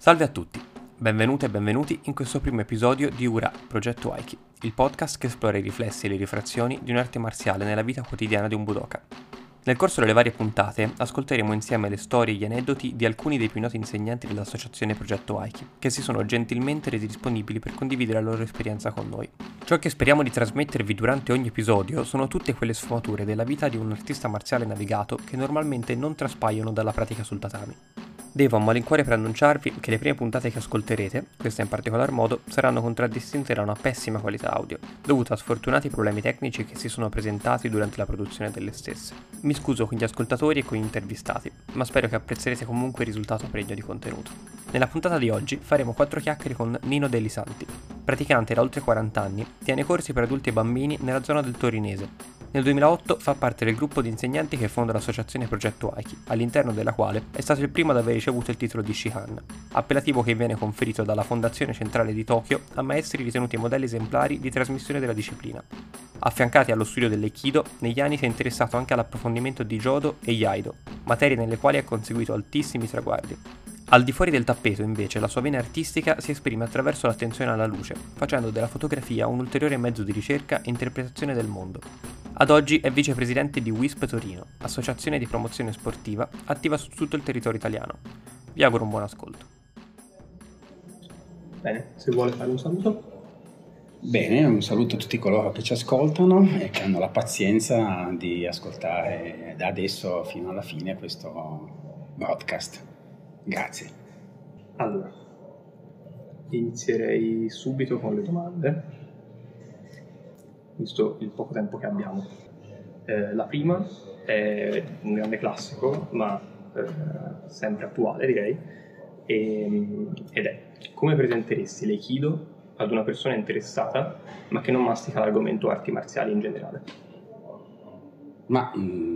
Salve a tutti, benvenute e benvenuti in questo primo episodio di URA, Progetto Aiki, il podcast che esplora i riflessi e le rifrazioni di un'arte marziale nella vita quotidiana di un budoka. Nel corso delle varie puntate ascolteremo insieme le storie e gli aneddoti di alcuni dei più noti insegnanti dell'associazione Progetto Aiki, che si sono gentilmente resi disponibili per condividere la loro esperienza con noi. Ciò che speriamo di trasmettervi durante ogni episodio sono tutte quelle sfumature della vita di un artista marziale navigato che normalmente non traspaiono dalla pratica sul tatami. Devo a malincuore preannunciarvi che le prime puntate che ascolterete, queste in particolar modo, saranno contraddistinte da una pessima qualità audio, dovuta a sfortunati problemi tecnici che si sono presentati durante la produzione delle stesse. Mi scuso con gli ascoltatori e con gli intervistati, ma spero che apprezzerete comunque il risultato pregno di contenuto. Nella puntata di oggi faremo 4 chiacchiere con Nino Delisanti. Praticante da oltre 40 anni, tiene corsi per adulti e bambini nella zona del Torinese. Nel 2008 fa parte del gruppo di insegnanti che fonda l'associazione Progetto Aiki, all'interno della quale è stato il primo ad aver ricevuto il titolo di Shihan, appellativo che viene conferito dalla Fondazione Centrale di Tokyo a maestri ritenuti modelli esemplari di trasmissione della disciplina. Affiancati allo studio dell'Aikido, negli anni si è interessato anche all'approfondimento di Jodo e Iaido, materie nelle quali ha conseguito altissimi traguardi. Al di fuori del tappeto, invece, la sua vena artistica si esprime attraverso l'attenzione alla luce, facendo della fotografia un ulteriore mezzo di ricerca e interpretazione del mondo. Ad oggi è vicepresidente di WISP Torino, associazione di promozione sportiva attiva su tutto il territorio italiano. Vi auguro un buon ascolto. Bene, se vuole fare un saluto. Bene, un saluto a tutti coloro che ci ascoltano e che hanno la pazienza di ascoltare da adesso fino alla fine questo broadcast. Grazie. Allora, inizierei subito con le domande, visto il poco tempo che abbiamo. La prima è un grande classico, ma sempre attuale direi, ed è: come presenteresti l'Aikido ad una persona interessata ma che non mastica l'argomento arti marziali in generale? Ma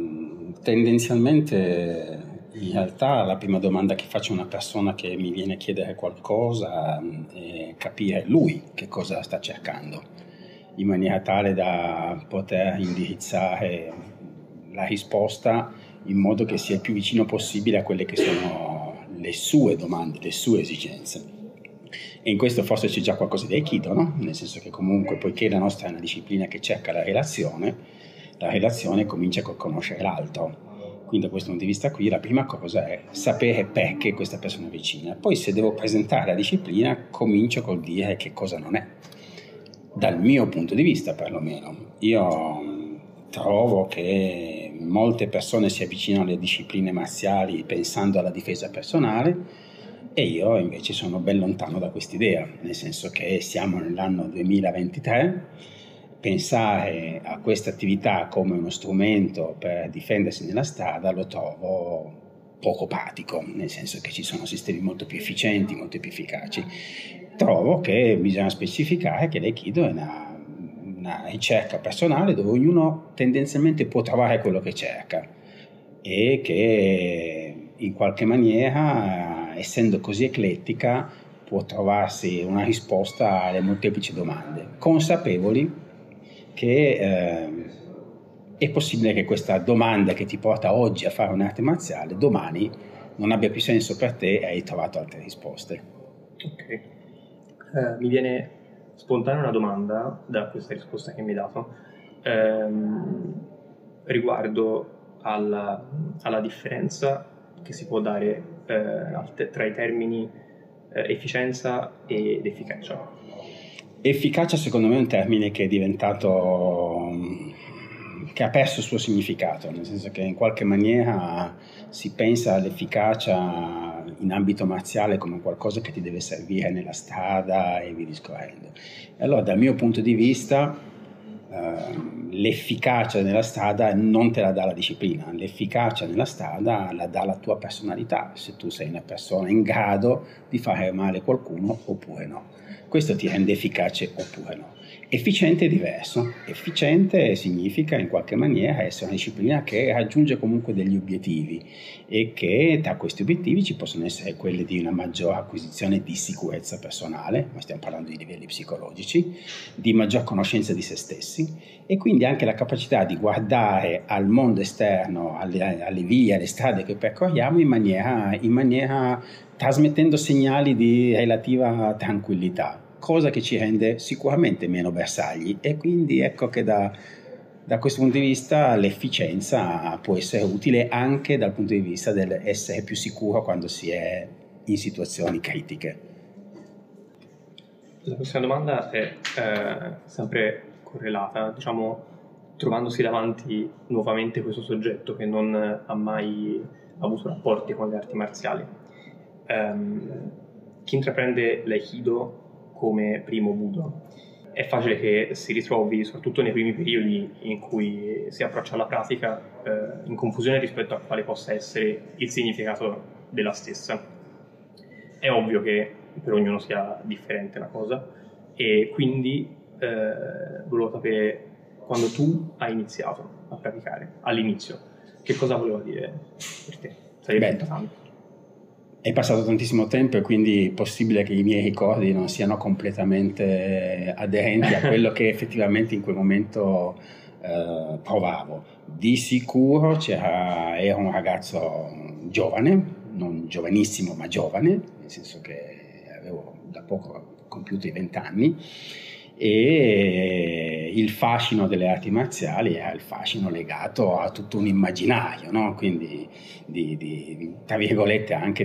tendenzialmente in realtà la prima domanda che faccio a una persona che mi viene a chiedere qualcosa è capire lui che cosa sta cercando, in maniera tale da poter indirizzare la risposta in modo che sia il più vicino possibile a quelle che sono le sue domande, le sue esigenze. E in questo forse c'è già qualcosa di Aikido, no? Nel senso che comunque, poiché la nostra è una disciplina che cerca la relazione comincia col conoscere l'altro. Quindi da questo punto di vista qui la prima cosa è sapere perché questa persona è vicina. Poi se devo presentare la disciplina comincio col dire che cosa non è. Dal mio punto di vista perlomeno. Io trovo che molte persone si avvicinano alle discipline marziali pensando alla difesa personale e io invece sono ben lontano da quest'idea, nel senso che siamo nell'anno 2023. Pensare a questa attività come uno strumento per difendersi nella strada lo trovo poco pratico, nel senso che ci sono sistemi molto più efficienti, molto più efficaci. Trovo che bisogna specificare che l'Aikido è una ricerca personale dove ognuno tendenzialmente può trovare quello che cerca e che in qualche maniera, essendo così eclettica, può trovarsi una risposta alle molteplici domande, consapevoli che è possibile che questa domanda che ti porta oggi a fare un'arte marziale domani non abbia più senso per te e hai trovato altre risposte. Ok. Mi viene spontanea una domanda da questa risposta che mi hai dato riguardo alla differenza che si può dare tra i termini efficienza ed efficacia. Efficacia secondo me è un termine che è diventato, che ha perso il suo significato, nel senso che in qualche maniera si pensa all'efficacia in ambito marziale come qualcosa che ti deve servire nella strada e via discorrendo. E allora dal mio punto di vista l'efficacia nella strada non te la dà la disciplina, l'efficacia nella strada la dà la tua personalità, se tu sei una persona in grado di fare male a qualcuno oppure no. Questo ti rende efficace oppure no. Efficiente è diverso. Efficiente significa in qualche maniera essere una disciplina che raggiunge comunque degli obiettivi e che tra questi obiettivi ci possono essere quelli di una maggiore acquisizione di sicurezza personale, ma stiamo parlando di livelli psicologici, di maggior conoscenza di se stessi e quindi anche la capacità di guardare al mondo esterno, alle vie, alle strade che percorriamo in maniera trasmettendo segnali di relativa tranquillità, cosa che ci rende sicuramente meno bersagli e quindi ecco che da questo punto di vista l'efficienza può essere utile anche dal punto di vista dell'essere più sicuro quando si è in situazioni critiche. La prossima domanda è sempre correlata, diciamo, trovandosi davanti nuovamente questo soggetto che non ha mai avuto rapporti con le arti marziali. Chi intraprende l'aikido come primo budo è facile che si ritrovi, soprattutto nei primi periodi in cui si approccia alla pratica, in confusione rispetto a quale possa essere il significato della stessa. È ovvio che per ognuno sia differente la cosa e quindi volevo sapere, quando tu hai iniziato a praticare, all'inizio, che cosa voleva dire per te? È passato tantissimo tempo e quindi è possibile che i miei ricordi non siano completamente aderenti a quello che effettivamente in quel momento provavo. Di sicuro ero un ragazzo giovane, non giovanissimo ma giovane, nel senso che avevo da poco compiuto i 20 anni e il fascino delle arti marziali era il fascino legato a tutto un immaginario, no? Quindi tra virgolette anche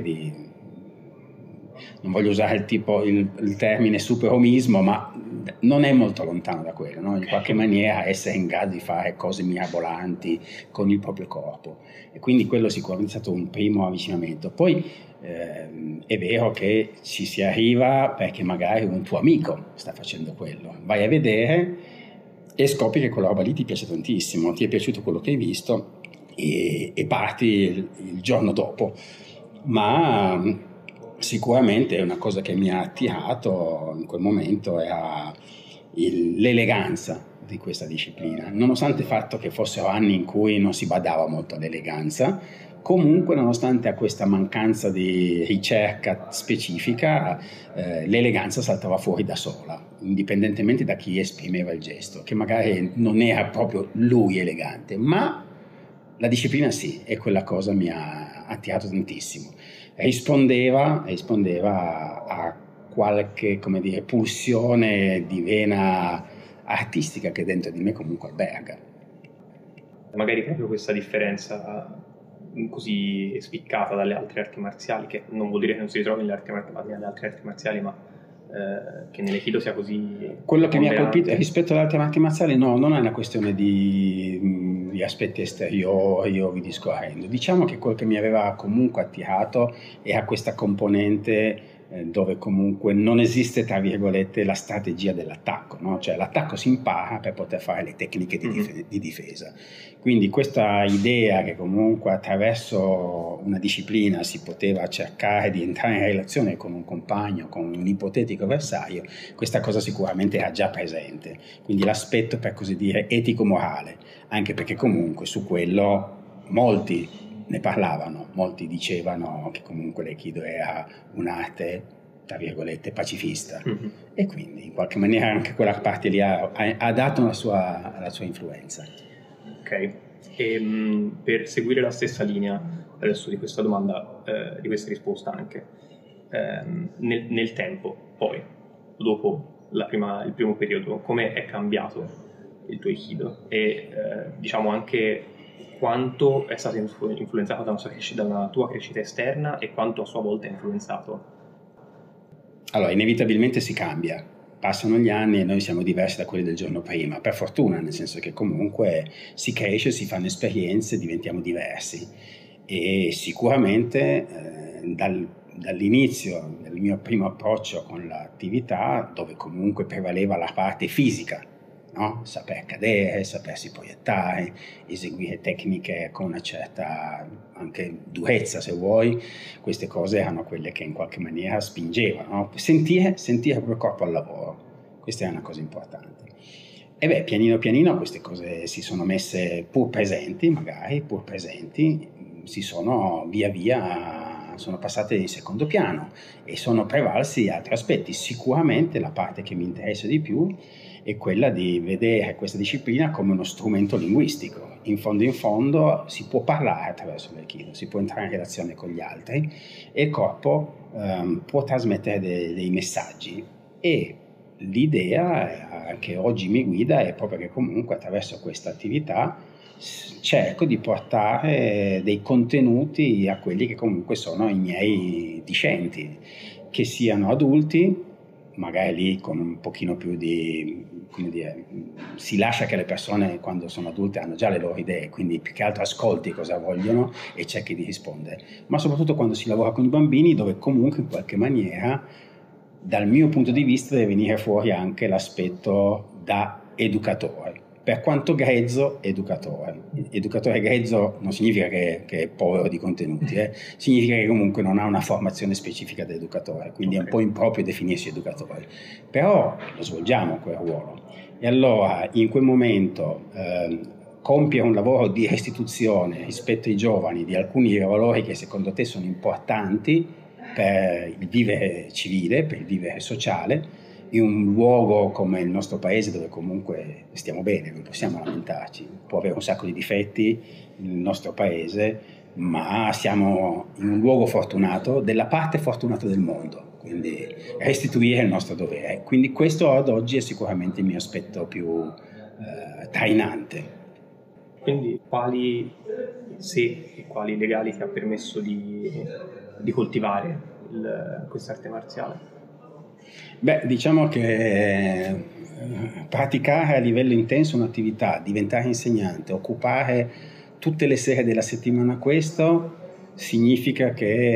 non voglio usare il termine superomismo, ma non è molto lontano da quello, no? In qualche maniera essere in grado di fare cose mirabolanti con il proprio corpo e quindi quello sicuramente è stato un primo avvicinamento. Poi è vero che ci si arriva perché magari un tuo amico sta facendo quello, vai a vedere e scopri che quella roba lì ti piace tantissimo, ti è piaciuto quello che hai visto e parti il giorno dopo, ma sicuramente una cosa che mi ha attirato in quel momento era l'eleganza di questa disciplina, nonostante il fatto che fossero anni in cui non si badava molto all'eleganza. Comunque, nonostante a questa mancanza di ricerca specifica, l'eleganza saltava fuori da sola, indipendentemente da chi esprimeva il gesto, che magari non era proprio lui elegante, ma la disciplina sì, e quella cosa mi ha attirato tantissimo. Rispondeva a qualche, come dire, pulsione di vena artistica che dentro di me comunque alberga. Magari proprio questa differenza così spiccata dalle altre arti marziali, che non vuol dire che non si ritrovi nelle altre arti marziali, ma che nell'aikido sia così. Quello che mi ha colpito rispetto alle altre arti marziali non è una questione di aspetti esteriori o vi discorrendo. Diciamo che quello che mi aveva comunque attirato era questa componente dove comunque non esiste, tra virgolette, la strategia dell'attacco, no? Cioè l'attacco si impara per poter fare le tecniche di difesa. Quindi questa idea che comunque attraverso una disciplina si poteva cercare di entrare in relazione con un compagno, con un ipotetico avversario, questa cosa sicuramente era già presente. Quindi l'aspetto, per così dire, etico-morale, anche perché comunque su quello molti ne parlavano, molti dicevano che comunque l'aikido era un'arte, tra virgolette, pacifista, e quindi in qualche maniera anche quella parte lì ha dato la sua influenza. Ok, e per seguire la stessa linea adesso di questa domanda, di questa risposta anche, nel tempo, poi, dopo il primo periodo, come è cambiato il tuo aikido e diciamo anche quanto è stato influenzato da una tua crescita esterna e quanto a sua volta è influenzato? Allora, inevitabilmente si cambia, passano gli anni e noi siamo diversi da quelli del giorno prima, per fortuna, nel senso che comunque si cresce, si fanno esperienze, diventiamo diversi e sicuramente dall'inizio del mio primo approccio con l'attività, dove comunque prevaleva la parte fisica, no? Saper cadere, sapersi proiettare, eseguire tecniche con una certa anche durezza, se vuoi, queste cose erano quelle che in qualche maniera spingevano, no? Sentire il proprio corpo al lavoro, questa è una cosa importante. E beh, pianino pianino queste cose si sono messe, pur presenti, si sono via via, sono passate in secondo piano e sono prevalsi altri aspetti. Sicuramente la parte che mi interessa di più è quella di vedere questa disciplina come uno strumento linguistico. In fondo si può parlare attraverso l'aikido, si può entrare in relazione con gli altri e il corpo può trasmettere dei messaggi. E l'idea che oggi mi guida è proprio che comunque attraverso questa attività cerco di portare dei contenuti a quelli che comunque sono i miei discenti, che siano adulti, magari lì con un pochino più di, come dire, si lascia che le persone quando sono adulte hanno già le loro idee, quindi più che altro ascolti cosa vogliono e cerchi di rispondere, ma soprattutto quando si lavora con i bambini, dove comunque in qualche maniera dal mio punto di vista deve venire fuori anche l'aspetto da educatore, per quanto grezzo educatore. Educatore grezzo non significa che è povero di contenuti, significa che comunque non ha una formazione specifica da educatore, quindi è un po' improprio definirsi educatore, però lo svolgiamo quel ruolo. E allora in quel momento compiere un lavoro di restituzione rispetto ai giovani di alcuni valori che secondo te sono importanti per il vivere civile, per il vivere sociale, in un luogo come il nostro paese dove comunque stiamo bene, non possiamo lamentarci, può avere un sacco di difetti il nostro paese, ma siamo in un luogo fortunato, della parte fortunata del mondo, quindi restituire è il nostro dovere. Quindi questo ad oggi è sicuramente il mio aspetto più trainante. Quindi quali legali ti ha permesso di coltivare quest'arte marziale? Beh, diciamo che praticare a livello intenso un'attività, diventare insegnante, occupare tutte le sere della settimana questo, significa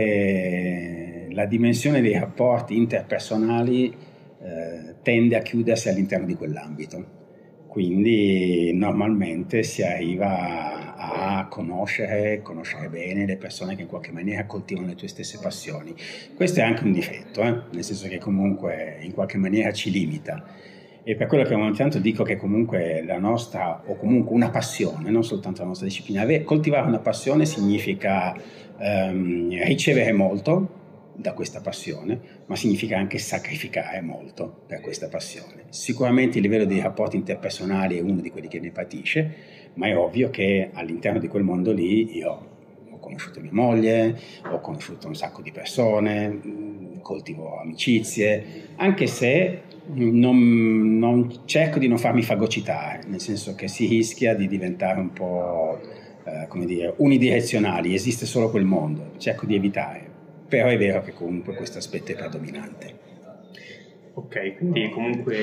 che la dimensione dei rapporti interpersonali tende a chiudersi all'interno di quell'ambito. Quindi normalmente si arriva a conoscere bene le persone che in qualche maniera coltivano le tue stesse passioni. Questo è anche un difetto, nel senso che comunque in qualche maniera ci limita. E per quello che ogni tanto dico che comunque la nostra, o comunque una passione, non soltanto la nostra disciplina, coltivare una passione significa ricevere molto da questa passione, ma significa anche sacrificare molto per questa passione. Sicuramente il livello dei rapporti interpersonali è uno di quelli che ne patisce, ma è ovvio che all'interno di quel mondo lì io ho conosciuto mia moglie, ho conosciuto un sacco di persone, coltivo amicizie, anche se non cerco di non farmi fagocitare, nel senso che si rischia di diventare un po' come dire, unidirezionali, esiste solo quel mondo, cerco di evitare. Però è vero che comunque questo aspetto è predominante. Ok, quindi comunque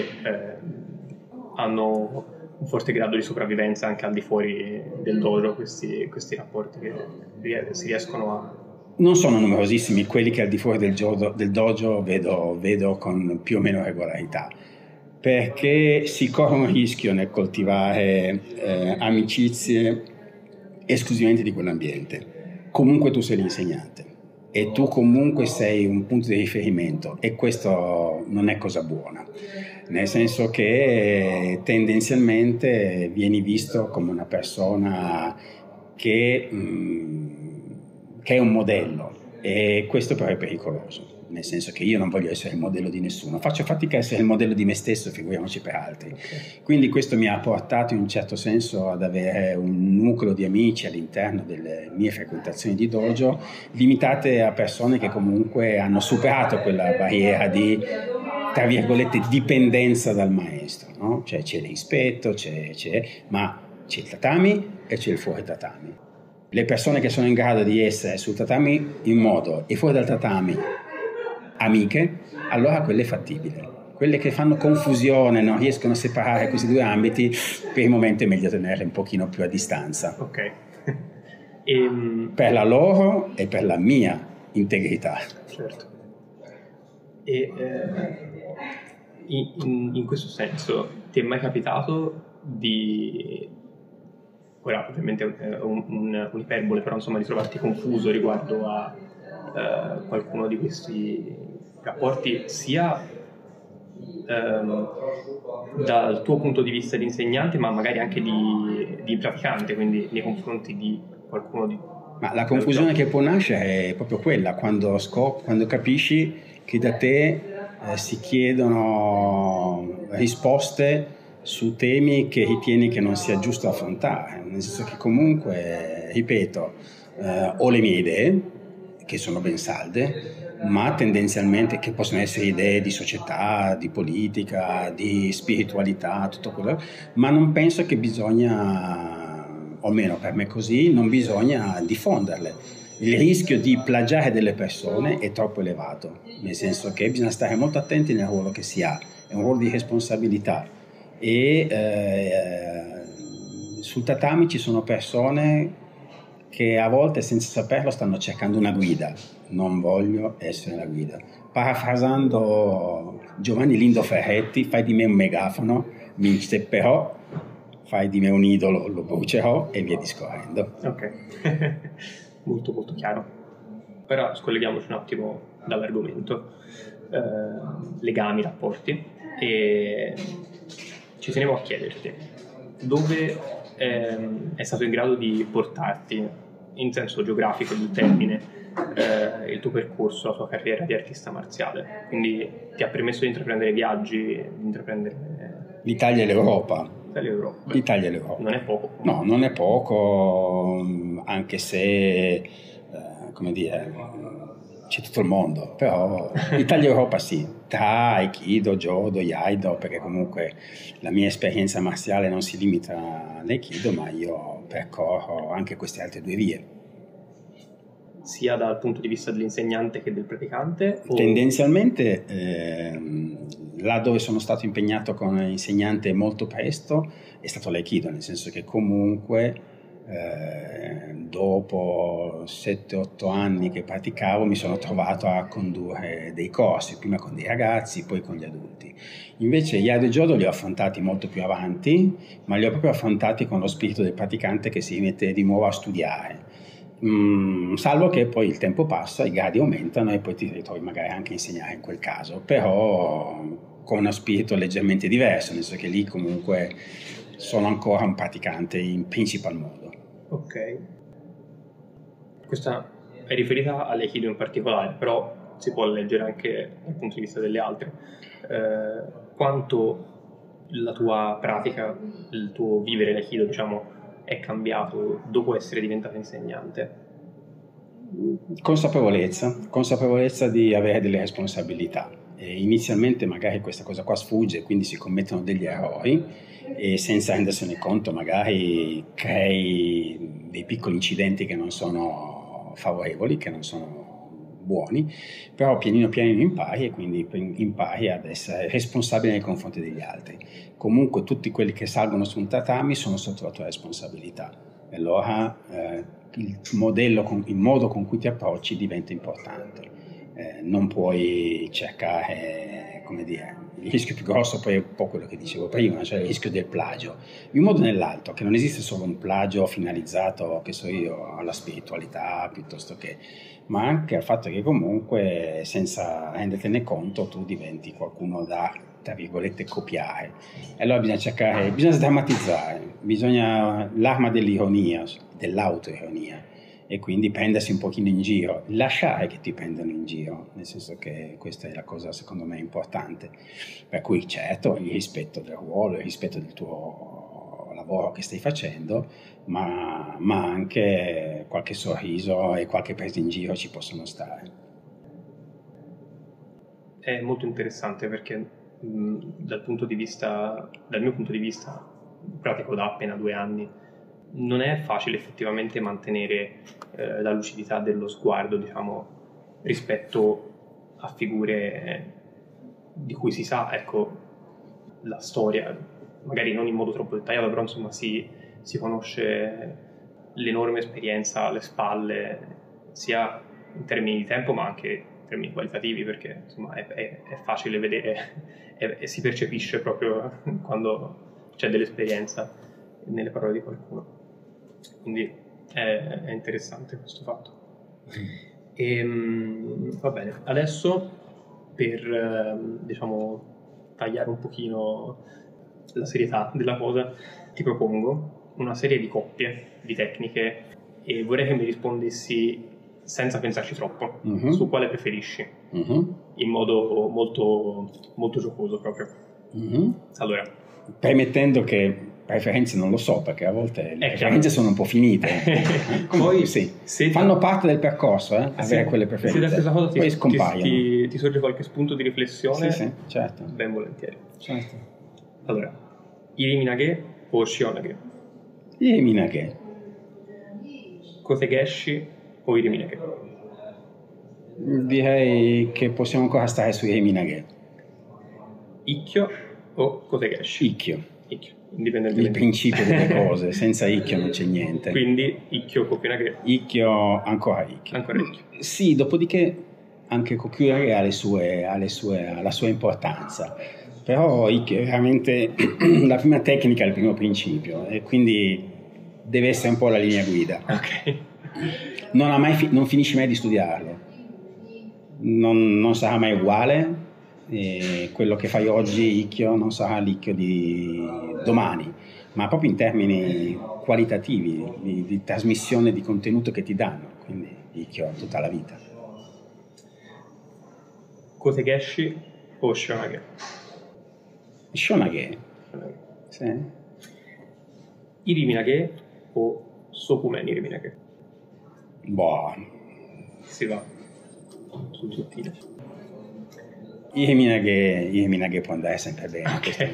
hanno un forte grado di sopravvivenza anche al di fuori del dojo questi rapporti che si riescono a... Non sono numerosissimi quelli che al di fuori del dojo vedo con più o meno regolarità, perché si corre un rischio nel coltivare amicizie esclusivamente di quell'ambiente. Comunque tu sei l'insegnante e tu comunque sei un punto di riferimento e questo non è cosa buona, nel senso che tendenzialmente vieni visto come una persona che è un modello e questo però è pericoloso, nel senso che io non voglio essere il modello di nessuno, faccio fatica a essere il modello di me stesso, figuriamoci per altri. Quindi questo mi ha portato in un certo senso ad avere un nucleo di amici all'interno delle mie frequentazioni di dojo, limitate a persone che comunque hanno superato quella barriera di, tra virgolette, dipendenza dal maestro, no? Cioè c'è il rispetto, ma c'è il tatami e c'è il fuori tatami. Le persone che sono in grado di essere sul tatami in modo e fuori dal tatami amiche, allora quelle è fattibile. Quelle che fanno confusione, non riescono a separare questi due ambiti, per il momento è meglio tenerle un pochino più a distanza. Ok. Per la loro e per la mia integrità. Certo. E in questo senso ti è mai capitato di... Ora ovviamente è un'iperbole, però insomma di trovarti confuso riguardo a qualcuno di questi rapporti, sia dal tuo punto di vista di insegnante, ma magari anche di praticante, quindi nei confronti di qualcuno di... Ma la confusione che può nascere è proprio quella, quando capisci che da te si chiedono risposte su temi che ritieni che non sia giusto affrontare, nel senso che comunque, ripeto, ho le mie idee, che sono ben salde, ma tendenzialmente che possono essere idee di società, di politica, di spiritualità, tutto quello, ma non penso che bisogna, o almeno per me così, non bisogna diffonderle. Il rischio di plagiare delle persone è troppo elevato, nel senso che bisogna stare molto attenti nel ruolo che si ha, è un ruolo di responsabilità e sul tatami ci sono persone che a volte senza saperlo stanno cercando una guida. Non voglio essere la guida. Parafrasando Giovanni Lindo Ferretti, fai di me un megafono, mi incepperò, fai di me un idolo, lo brucerò e via discorrendo. Ok, molto molto chiaro. Ora scolleghiamoci un attimo dall'argomento, legami, rapporti, e ci tenevo a chiederti dove è stato in grado di portarti in senso geografico del termine il tuo percorso, la tua carriera di artista marziale, quindi ti ha permesso di intraprendere viaggi, di intraprendere... L'Italia e l'Europa. L'Italia e l'Europa. Non è poco. No, non è poco, anche se, come dire, c'è tutto il mondo, però Italia e Europa sì, tra Aikido, Jodo, Iaido, perché comunque la mia esperienza marziale non si limita all'Aikido, ma io percorro anche queste altre due vie. Sia dal punto di vista dell'insegnante che del praticante? O... Tendenzialmente là dove sono stato impegnato come insegnante molto presto è stato l'Aikido, nel senso che comunque dopo 7-8 anni che praticavo mi sono trovato a condurre dei corsi, prima con dei ragazzi, poi con gli adulti. Invece gli Iaido e Jodo li ho affrontati molto più avanti, ma li ho proprio affrontati con lo spirito del praticante che si mette di nuovo a studiare. Salvo che poi il tempo passa, i gradi aumentano e poi ti ritrovi magari anche a insegnare in quel caso, però con uno spirito leggermente diverso, nel senso che lì comunque sono ancora un praticante in principal modo. Ok, questa è riferita all'Aikido in particolare, però si può leggere anche dal punto di vista delle altre. Quanto la tua pratica, il tuo vivere l'Aikido, diciamo, è cambiato dopo essere diventato insegnante? Consapevolezza di avere delle responsabilità. E inizialmente magari questa cosa qua sfugge, quindi si commettono degli errori e senza rendersene conto magari crei dei piccoli incidenti che non sono favorevoli, che non sono buoni, però pianino pianino impari e quindi impari ad essere responsabile nei confronti degli altri. Comunque tutti quelli che salgono su un tatami sono sotto la tua responsabilità e allora il modo con cui ti approcci diventa importante. Non puoi cercare, come dire, il rischio più grosso poi è un po' quello che dicevo prima, cioè il rischio del plagio, in un modo o nell'altro, che non esiste solo un plagio finalizzato, che so io, alla spiritualità piuttosto che, ma anche al fatto che comunque senza rendertene conto tu diventi qualcuno da, tra virgolette, copiare. E allora bisogna sdrammatizzare, l'arma dell'ironia, dell'autoironia, e quindi prendersi un pochino in giro, lasciare che ti prendano in giro, nel senso che questa è la cosa secondo me importante, per cui certo il rispetto del ruolo, il rispetto del tuo lavoro che stai facendo, ma anche qualche sorriso e qualche presa in giro ci possono stare. È molto interessante perché dal mio punto di vista, pratico da appena 2 anni, non è facile effettivamente mantenere la lucidità dello sguardo, diciamo, rispetto a figure di cui si sa, ecco, la storia, magari non in modo troppo dettagliato, però insomma si conosce l'enorme esperienza alle spalle, sia in termini di tempo ma anche in termini qualitativi, perché insomma è facile vedere e si percepisce proprio quando c'è dell'esperienza nelle parole di qualcuno. Quindi è interessante questo fatto. Va bene, adesso per diciamo tagliare un pochino la serietà della cosa, ti propongo una serie di coppie, di tecniche, e vorrei che mi rispondessi senza pensarci troppo su quale preferisci, in modo molto, molto giocoso proprio. Allora, premettendo che preferenze non lo so, perché a volte le preferenze sono un po' finite. Poi sì, fanno parte del percorso, avere quelle preferenze. Se da questa cosa poi scompaiono. Ti sorge qualche spunto di riflessione? Sì, certo. Ben volentieri. Certo. Allora, Iri Minage o Shionage? Iri Minage. Kotegeshi o Iri Minage? Direi che possiamo ancora stare su Iri Minage. Ikkyo o Kotegeshi? Ikkyo. Indipendentemente. Il principio delle cose, senza Ikkyo non c'è niente. Quindi Ikkyo, Kokyunage? Ikkyo, ancora Ikkyo. Sì, dopodiché anche Kokyunage ha la sua importanza. Però Ikkyo è veramente la prima tecnica, il primo principio, e quindi deve essere un po' la linea guida. Ok. Non finisci mai di studiarlo, non sarà mai uguale, e quello che fai oggi Ikkyo non sarà l'Ikkyo di domani, ma proprio in termini qualitativi, di trasmissione di contenuto che ti danno, quindi Ikkyo tutta la vita. Kotegeshi o Shionage? Shionage. Sì. Iri Minage o Sokumen Iri Minage? Boh. Si va sul sottile. Iri Minage può andare sempre bene. Okay.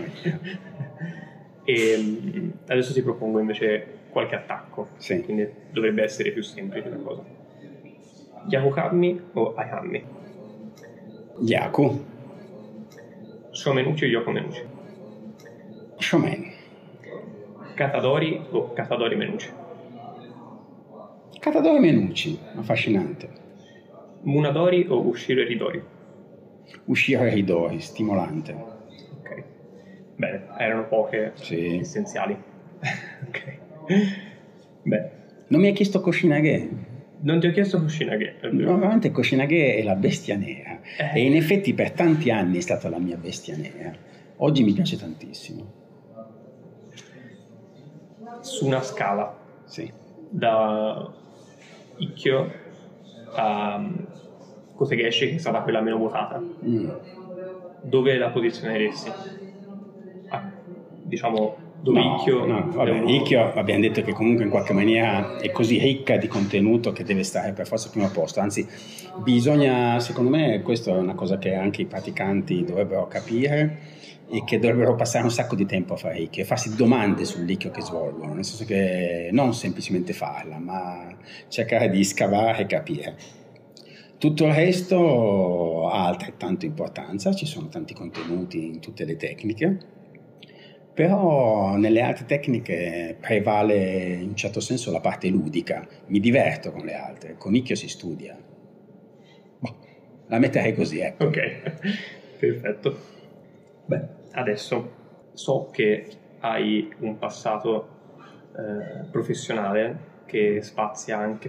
E adesso ti propongo invece qualche attacco, sì. Quindi dovrebbe essere più semplice la cosa. Yaku-Kami o Ai-Hammi? Yaku. Shomenuchi o Yoko-Menuchi? Shomen. Katadori o Katadori Menuchi? Katadori Menuchi, affascinante. Munadori o Ushiro Ridori? Ushiro Ridori, stimolante. Ok, bene, erano poche, sì. Essenziali. Ok. Beh. Non mi hai chiesto Koshinage? Non ti ho chiesto Koshinage. Normalmente Koshinage è la bestia nera e in effetti per tanti anni è stata la mia bestia nera. Oggi mi piace tantissimo. Su una scala, sì, da Ikkyo a Kotegeshi, che è stata quella meno votata, dove la posizioneresti? Diciamo dove Ikkyo... Ikkyo abbiamo detto che comunque in qualche maniera è così ricca di contenuto che deve stare per forza al primo posto, anzi bisogna, secondo me, questa è una cosa che anche i praticanti dovrebbero capire e che dovrebbero passare un sacco di tempo a fare Ikkyo e farsi domande sull'Ikkyo che svolgono, nel senso che non semplicemente farla, ma cercare di scavare e capire. Tutto il resto ha altrettanto importanza, ci sono tanti contenuti in tutte le tecniche, però nelle altre tecniche prevale in un certo senso la parte ludica, mi diverto con le altre, con Ikkyo si studia. La metterei così, ecco. Ok, perfetto. Beh, adesso so che hai un passato professionale che spazia anche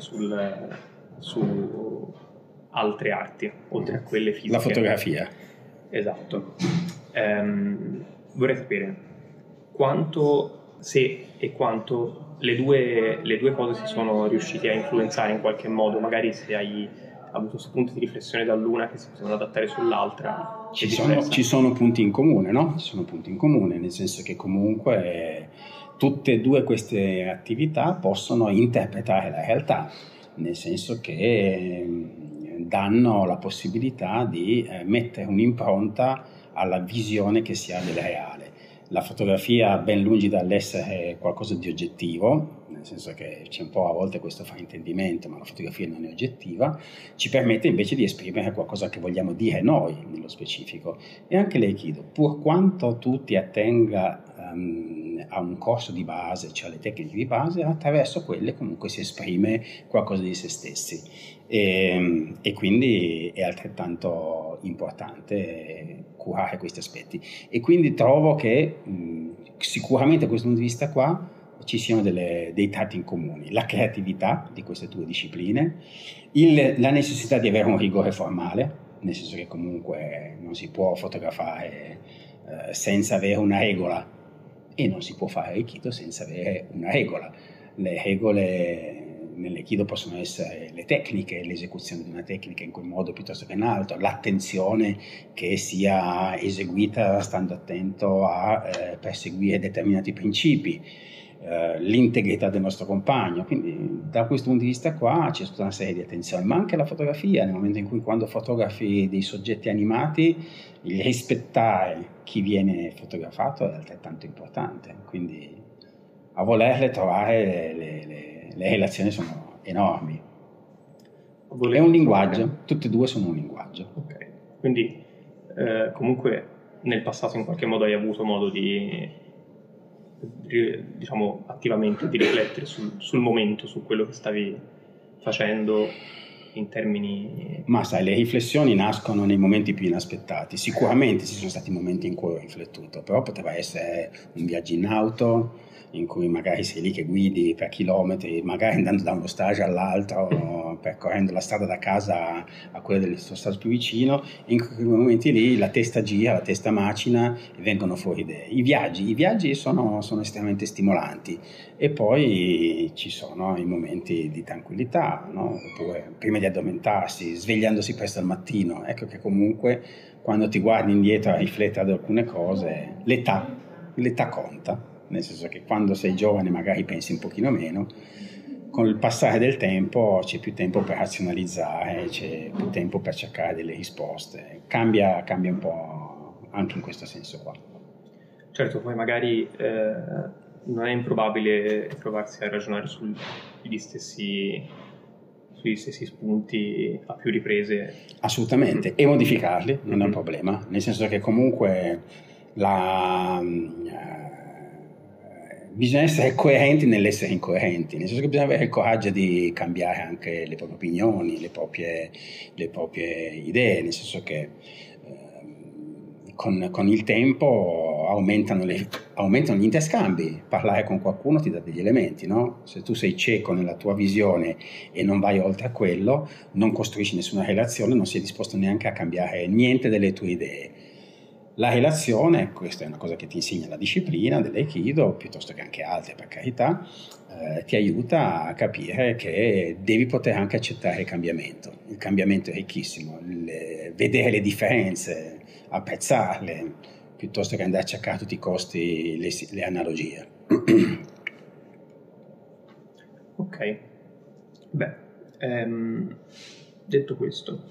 su altre arti, oltre a quelle fisiche. La fotografia. Esatto. Vorrei sapere quanto, se e quanto le due cose si sono riusciti a influenzare in qualche modo, magari se hai avuto spunti di riflessione dall'una che si possono adattare sull'altra. Ci sono punti in comune, no? Ci sono punti in comune, nel senso che comunque tutte e due queste attività possono interpretare la realtà, nel senso che danno la possibilità di mettere un'impronta alla visione che si ha del reale. La fotografia, ben lungi dall'essere qualcosa di oggettivo, nel senso che c'è un po' a volte questo fraintendimento, ma la fotografia non è oggettiva, ci permette invece di esprimere qualcosa che vogliamo dire noi nello specifico. E anche l'Aikido, pur quanto tu ti attenga a un corso di base, cioè alle tecniche di base, attraverso quelle comunque si esprime qualcosa di se stessi. E quindi è altrettanto importante curare questi aspetti. E quindi trovo che sicuramente da questo punto di vista qua ci siano dei tratti in comune, la creatività di queste due discipline, la necessità di avere un rigore formale, nel senso che comunque non si può fotografare senza avere una regola, e non si può fare Aikido senza avere una regola. Le regole nell'Aikido possono essere le tecniche, l'esecuzione di una tecnica in quel modo piuttosto che in altro, l'attenzione che sia eseguita stando attento a perseguire determinati principi, l'integrità del nostro compagno. Quindi da questo punto di vista qua c'è tutta una serie di attenzioni, ma anche la fotografia, nel momento in cui quando fotografi dei soggetti animati, il rispettare chi viene fotografato è altrettanto importante, quindi a volerle trovare le relazioni sono enormi. È un linguaggio, tutte e due sono un linguaggio. Ok, quindi comunque nel passato in qualche modo hai avuto modo di diciamo attivamente di riflettere sul momento, su quello che stavi facendo in termini... Ma sai, le riflessioni nascono nei momenti più inaspettati. Sicuramente ci sono stati momenti in cui ho riflettuto, però poteva essere un viaggio in auto in cui magari sei lì che guidi per chilometri, magari andando da uno stage all'altro, percorrendo la strada da casa a quella del tuo stage più vicino. In quei momenti lì la testa gira, la testa macina e vengono fuori idee. I viaggi sono estremamente stimolanti, e poi ci sono i momenti di tranquillità, no? Oppure prima di addormentarsi, svegliandosi presto al mattino. Ecco che comunque quando ti guardi indietro a riflettere ad alcune cose, l'età conta. Nel senso che quando sei giovane magari pensi un pochino meno, con il passare del tempo c'è più tempo per razionalizzare, c'è più tempo per cercare delle risposte, cambia un po' anche in questo senso qua. Certo, poi magari non è improbabile trovarsi a ragionare sugli stessi spunti a più riprese. Assolutamente, e modificarli non è un problema, nel senso che comunque bisogna essere coerenti nell'essere incoerenti, nel senso che bisogna avere il coraggio di cambiare anche le proprie opinioni, le proprie idee, nel senso che con il tempo aumentano gli interscambi. Parlare con qualcuno ti dà degli elementi, no? Se tu sei cieco nella tua visione e non vai oltre a quello, non costruisci nessuna relazione, non sei disposto neanche a cambiare niente delle tue idee. La relazione, questa è una cosa che ti insegna la disciplina dell'Aikido, piuttosto che anche altre per carità, ti aiuta a capire che devi poter anche accettare il cambiamento. Il cambiamento è ricchissimo, vedere le differenze, apprezzarle, piuttosto che andare a cercare a tutti i costi le analogie. Ok, beh, detto questo,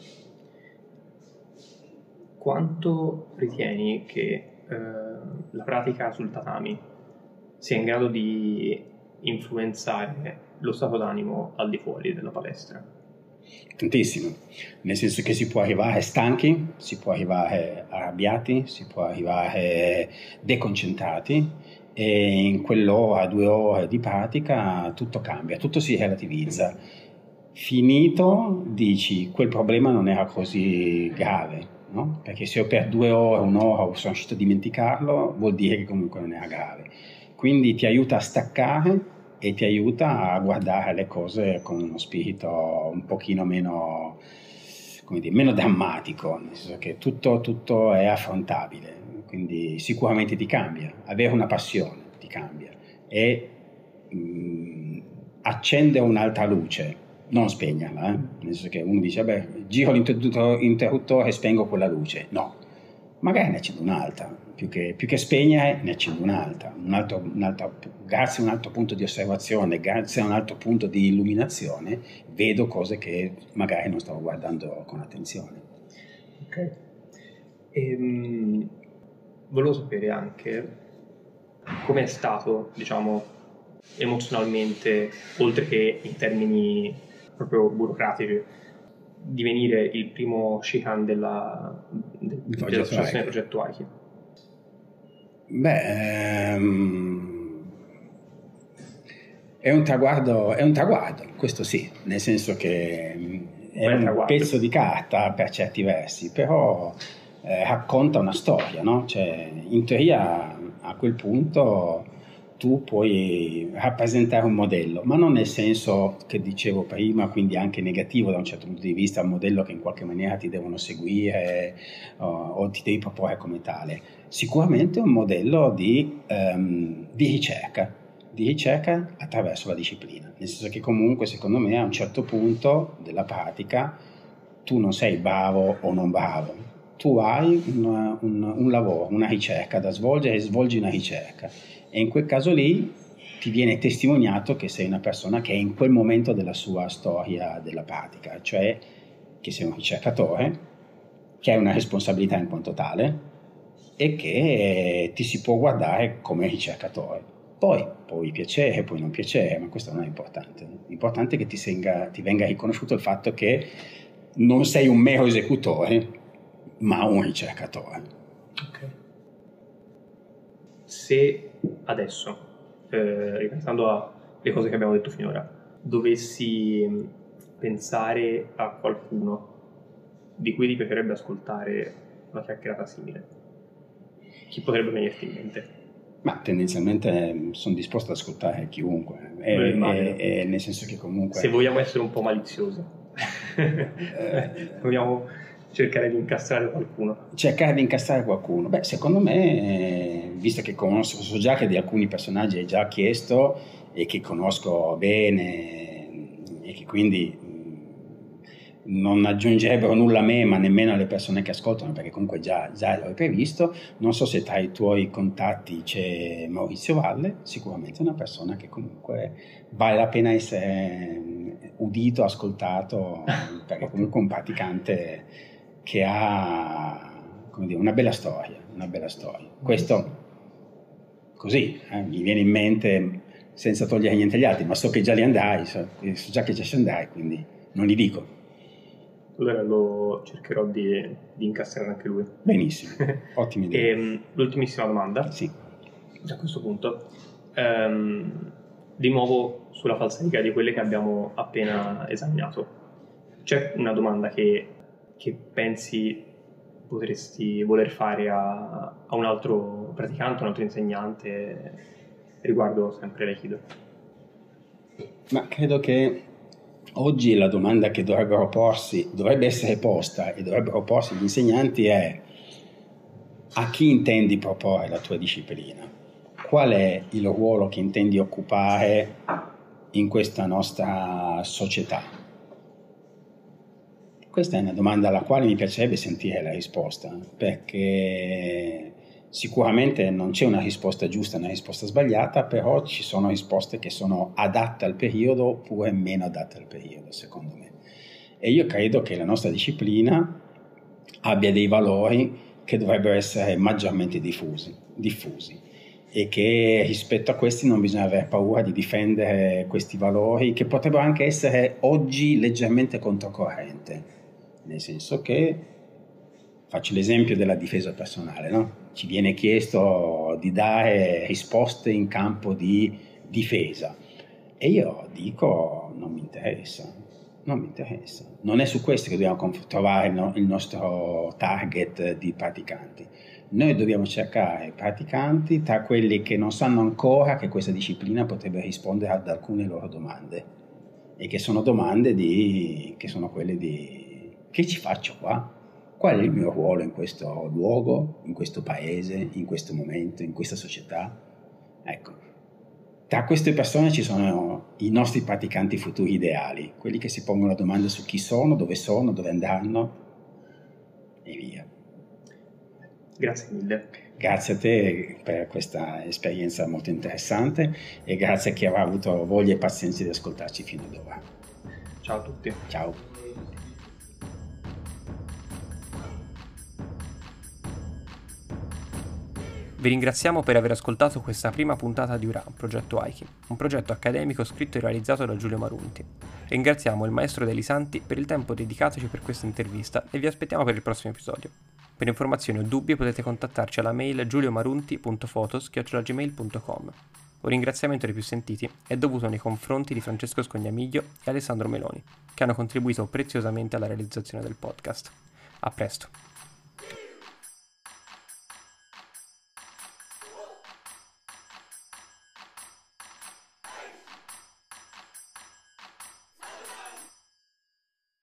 quanto ritieni che la pratica sul tatami sia in grado di influenzare lo stato d'animo al di fuori della palestra? Tantissimo, nel senso che si può arrivare stanchi, si può arrivare arrabbiati, si può arrivare deconcentrati, e in quell'ora, 2 ore di pratica tutto cambia, tutto si relativizza. Finito, dici, quel problema non era così grave, no? Perché se io per 2 ore, 1 ora sono riuscito a dimenticarlo, vuol dire che comunque non era grave. Quindi ti aiuta a staccare e ti aiuta a guardare le cose con uno spirito un pochino meno, come dire, meno drammatico, nel senso che tutto è affrontabile. Quindi sicuramente ti cambia, avere una passione ti cambia e accende un'altra luce. Non spegnerla, nel senso che uno dice, vabbè, giro l'interruttore e spengo quella luce. No, magari ne accendo un'altra, più che spegnere ne accendo un'altra, grazie a un altro punto di osservazione, grazie a un altro punto di illuminazione, vedo cose che magari non stavo guardando con attenzione. Ok. Volevo sapere anche come è stato, diciamo, emozionalmente, oltre che in termini proprio burocratici, divenire il primo Shihan dell'associazione Progetto Aiki. Beh, è un traguardo, questo sì, nel senso che è un pezzo di carta per certi versi, però racconta una storia, no? Cioè, in teoria a quel punto tu puoi rappresentare un modello, ma non nel senso che dicevo prima, quindi anche negativo da un certo punto di vista, un modello che in qualche maniera ti devono seguire o ti devi proporre come tale. Sicuramente un modello di ricerca attraverso la disciplina, nel senso che comunque secondo me a un certo punto della pratica tu non sei bravo o non bravo, tu hai un lavoro, una ricerca da svolgere e svolgi una ricerca. E in quel caso lì ti viene testimoniato che sei una persona che è in quel momento della sua storia della pratica, cioè che sei un ricercatore, che hai una responsabilità in quanto tale e che ti si può guardare come ricercatore. Poi puoi piacere, puoi non piacere, ma questo non è importante. L'importante è che ti venga riconosciuto il fatto che non sei un mero esecutore, ma un ricercatore. Ok. Se adesso, ripensando alle cose che abbiamo detto finora, dovessi pensare a qualcuno di cui ti piacerebbe ascoltare una chiacchierata simile, chi potrebbe venirti in mente? Ma tendenzialmente sono disposto ad ascoltare chiunque, nel senso che comunque... Se vogliamo essere un po' maliziosi, vogliamo cercare di incastrare qualcuno. Beh, secondo me, visto che so già che di alcuni personaggi hai già chiesto e che conosco bene e che quindi non aggiungerebbero nulla a me ma nemmeno alle persone che ascoltano, perché comunque già l'ho previsto. Non so se tra i tuoi contatti c'è Maurizio Valle, sicuramente una persona che comunque vale la pena essere udito, ascoltato, perché comunque un praticante che ha, come dire, una bella storia. Questo così mi viene in mente senza togliere niente agli altri, ma so che già li andai, so già che ci andai, quindi non li dico. Allora lo cercherò di incastrare anche lui. Benissimo, ottima idea. L'ultimissima domanda, sì, a questo punto, di nuovo sulla falsariga di quelle che abbiamo appena esaminato. C'è una domanda che pensi potresti voler fare a un altro praticante, un altro insegnante riguardo sempre l'Aikido? Ma credo che oggi la domanda che dovrebbe essere posta e dovrebbero porsi gli insegnanti è: a chi intendi proporre la tua disciplina? Qual è il ruolo che intendi occupare in questa nostra società? Questa è una domanda alla quale mi piacerebbe sentire la risposta, perché sicuramente non c'è una risposta giusta, una risposta sbagliata, però ci sono risposte che sono adatte al periodo oppure meno adatte al periodo, secondo me. E io credo che la nostra disciplina abbia dei valori che dovrebbero essere maggiormente diffusi e che rispetto a questi non bisogna aver paura di difendere questi valori, che potrebbero anche essere oggi leggermente controcorrente, nel senso che, faccio l'esempio della difesa personale, no? Ci viene chiesto di dare risposte in campo di difesa e io dico non mi interessa. Non è su questo che dobbiamo trovare il nostro target di praticanti. Noi dobbiamo cercare praticanti tra quelli che non sanno ancora che questa disciplina potrebbe rispondere ad alcune loro domande, e che sono domande che sono quelle di: che ci faccio qua? Qual è il mio ruolo in questo luogo, in questo paese, in questo momento, in questa società? Ecco, tra queste persone ci sono i nostri praticanti futuri ideali, quelli che si pongono la domanda su chi sono, dove andranno e via. Grazie mille. Grazie a te per questa esperienza molto interessante e grazie a chi avrà avuto voglia e pazienza di ascoltarci fino ad ora. Ciao a tutti. Ciao. Vi ringraziamo per aver ascoltato questa prima puntata di URA, Progetto Aiki, un progetto accademico scritto e realizzato da Giulio Marunti. Ringraziamo il maestro Deli Santi per il tempo dedicatoci per questa intervista e vi aspettiamo per il prossimo episodio. Per informazioni o dubbi potete contattarci alla mail giuliomarunti.fotos@gmail.com. Un ringraziamento dei più sentiti è dovuto nei confronti di Francesco Scognamiglio e Alessandro Meloni, che hanno contribuito preziosamente alla realizzazione del podcast. A presto!